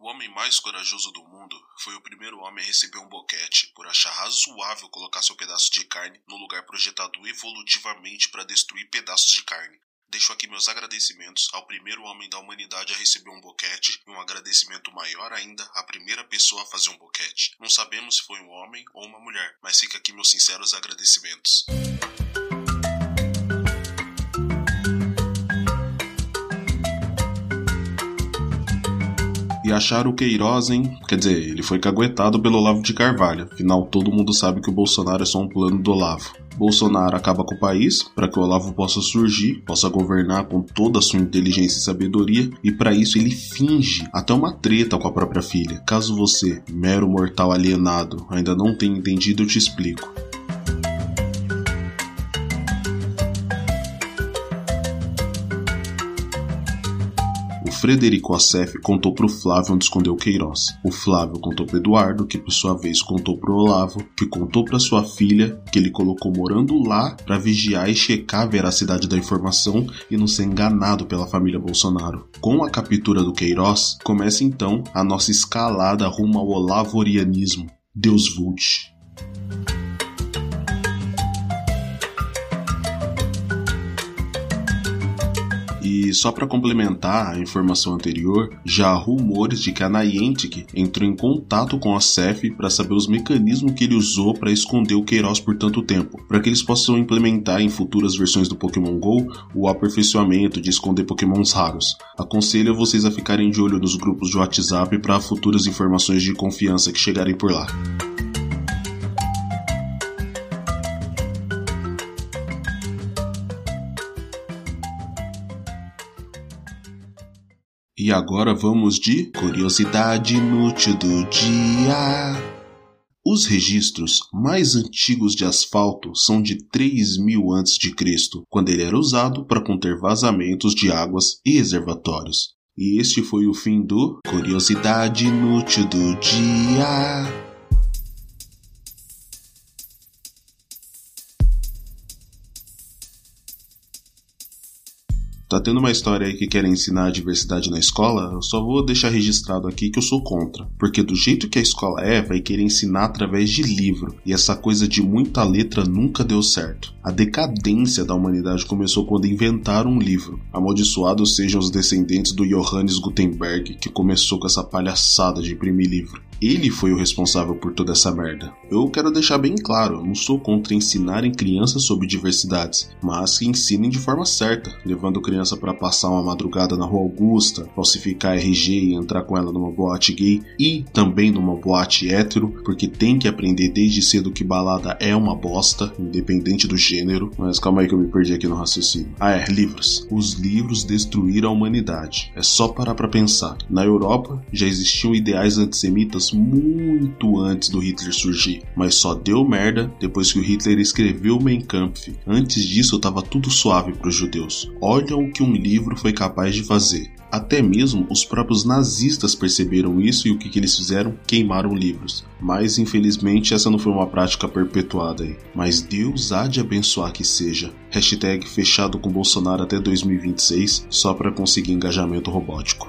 O homem mais corajoso do mundo foi o primeiro homem a receber um boquete por achar razoável colocar seu pedaço de carne no lugar projetado evolutivamente para destruir pedaços de carne. Deixo aqui meus agradecimentos ao primeiro homem da humanidade a receber um boquete e um agradecimento maior ainda à primeira pessoa a fazer um boquete. Não sabemos se foi um homem ou uma mulher, mas fica aqui meus sinceros agradecimentos. E acharam o Queiroz, hein? Quer dizer, ele foi caguetado pelo Olavo de Carvalho. Afinal, todo mundo sabe que o Bolsonaro é só um plano do Olavo. Bolsonaro acaba com o país para que o Olavo possa surgir, possa governar com toda a sua inteligência e sabedoria, e para isso ele finge até uma treta com a própria filha. Caso você, mero mortal alienado, ainda não tenha entendido, eu te explico. Frederico Assef contou pro Flávio onde escondeu Queiroz. O Flávio contou pro Eduardo, que por sua vez contou pro Olavo, que contou pra sua filha, que ele colocou morando lá pra vigiar e checar a veracidade da informação e não ser enganado pela família Bolsonaro. Com a captura do Queiroz, começa então a nossa escalada rumo ao olavorianismo. Deus vult. E só para complementar a informação anterior, já há rumores de que a Niantic entrou em contato com a Assef para saber os mecanismos que ele usou para esconder o Queiroz por tanto tempo, para que eles possam implementar em futuras versões do Pokémon GO o aperfeiçoamento de esconder Pokémons raros. Aconselho vocês a ficarem de olho nos grupos de WhatsApp para futuras informações de confiança que chegarem por lá. E agora vamos de curiosidade inútil do dia. Os registros mais antigos de asfalto são de 3000 a.C., quando ele era usado para conter vazamentos de águas e reservatórios. E este foi o fim do Curiosidade Inútil do Dia. Tá tendo uma história aí que querem ensinar a diversidade na escola? Eu só vou deixar registrado aqui que eu sou contra. Porque do jeito que a escola vai querer ensinar através de livro. E essa coisa de muita letra nunca deu certo. A decadência da humanidade começou quando inventaram um livro. Amaldiçoados sejam os descendentes do Johannes Gutenberg, que começou com essa palhaçada de imprimir livro. Ele foi o responsável por toda essa merda. Eu quero deixar bem claro, eu não sou contra ensinarem crianças sobre diversidades, mas que ensinem de forma certa, levando criança para passar uma madrugada na Rua Augusta, falsificar RG e entrar com ela numa boate gay e também numa boate hétero, porque tem que aprender desde cedo que balada é uma bosta, independente do gênero. Mas calma aí que eu me perdi aqui no raciocínio. Livros. Os livros destruíram a humanidade. É só parar pra pensar. Na Europa já existiam ideais antissemitas muito antes do Hitler surgir, mas só deu merda depois que o Hitler escreveu Mein Kampf. Antes disso tava tudo suave pros judeus. Olha o que um livro foi capaz de fazer. Até mesmo os próprios nazistas perceberam isso e o que eles fizeram? Queimaram livros. Mas infelizmente essa não foi uma prática perpetuada aí. Mas Deus há de abençoar que seja. Hashtag fechado com Bolsonaro até 2026 só para conseguir engajamento robótico.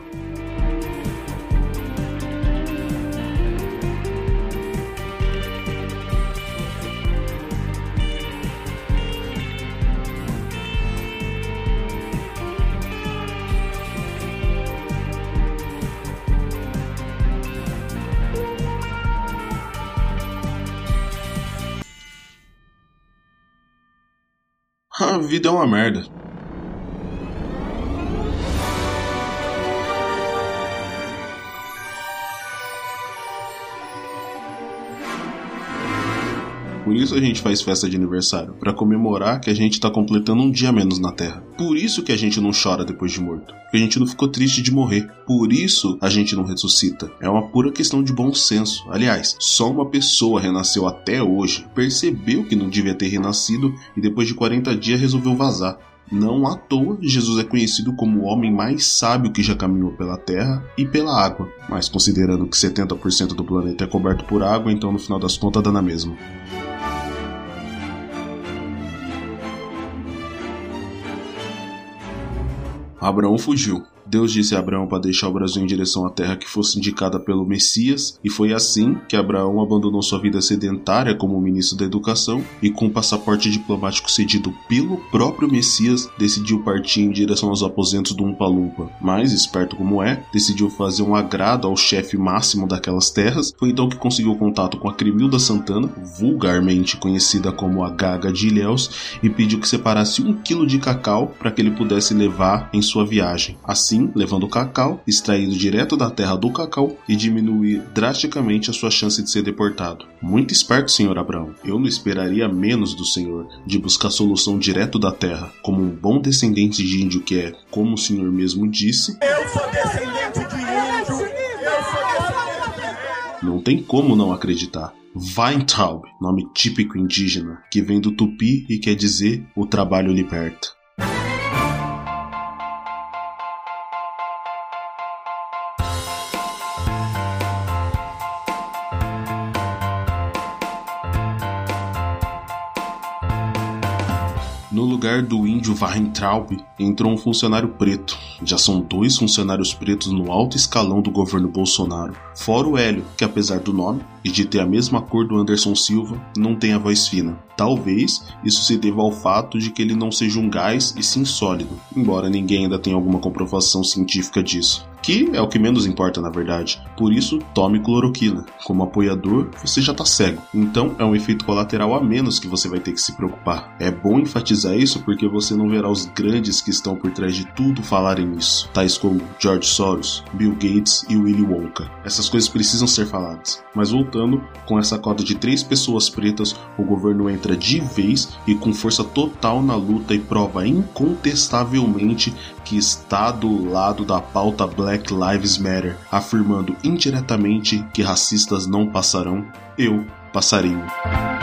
A vida é uma merda. Por isso a gente faz festa de aniversário, para comemorar que a gente tá completando um dia a menos na Terra. Por isso que a gente não chora depois de morto, porque a gente não ficou triste de morrer. Por isso a gente não ressuscita. É uma pura questão de bom senso. Aliás, só uma pessoa renasceu até hoje, percebeu que não devia ter renascido e depois de 40 dias resolveu vazar. Não à toa, Jesus é conhecido como o homem mais sábio que já caminhou pela terra e pela água. Mas considerando que 70% do planeta é coberto por água, então no final das contas dá na mesma. Abraão fugiu. Deus disse a Abraão para deixar o Brasil em direção à terra que fosse indicada pelo Messias, e foi assim que Abraão abandonou sua vida sedentária como ministro da educação e, com o passaporte diplomático cedido pelo próprio Messias, decidiu partir em direção aos aposentos do Umpa-Lumpa. Mas, esperto como é, decidiu fazer um agrado ao chefe máximo daquelas terras. Foi então que conseguiu contato com a Cremilda Santana, vulgarmente conhecida como a Gaga de Ilhéus, e pediu que separasse 1 quilo de cacau para que ele pudesse levar em sua viagem. Assim, levando o cacau, extraído direto da terra do cacau, e diminuir drasticamente a sua chance de ser deportado. Muito esperto, senhor Abraão. Eu não esperaria menos do senhor, de buscar solução direto da terra. Como um bom descendente de índio que é, como o senhor mesmo disse... Eu sou descendente de índio! Não tem como não acreditar. Weintraub, nome típico indígena, que vem do tupi e quer dizer o trabalho liberta. No lugar do índio Weintraub, entrou um funcionário preto. Já são 2 funcionários pretos no alto escalão do governo Bolsonaro. Fora o Hélio, que apesar do nome e de ter a mesma cor do Anderson Silva, não tem a voz fina. Talvez isso se deva ao fato de que ele não seja um gás e sim sólido, embora ninguém ainda tenha alguma comprovação científica disso. Que é o que menos importa, na verdade. Por isso, tome cloroquina. Como apoiador, você já tá cego. Então, é um efeito colateral a menos que você vai ter que se preocupar. É bom enfatizar isso porque você não verá os grandes que estão por trás de tudo falarem isso, tais como George Soros, Bill Gates e Willy Wonka. Essas coisas precisam ser faladas. Mas voltando, com essa cota de 3 pessoas pretas, o governo entra de vez e com força total na luta e prova incontestavelmente que está do lado da pauta Black Lives Matter, afirmando indiretamente que racistas não passarão, eu passarinho.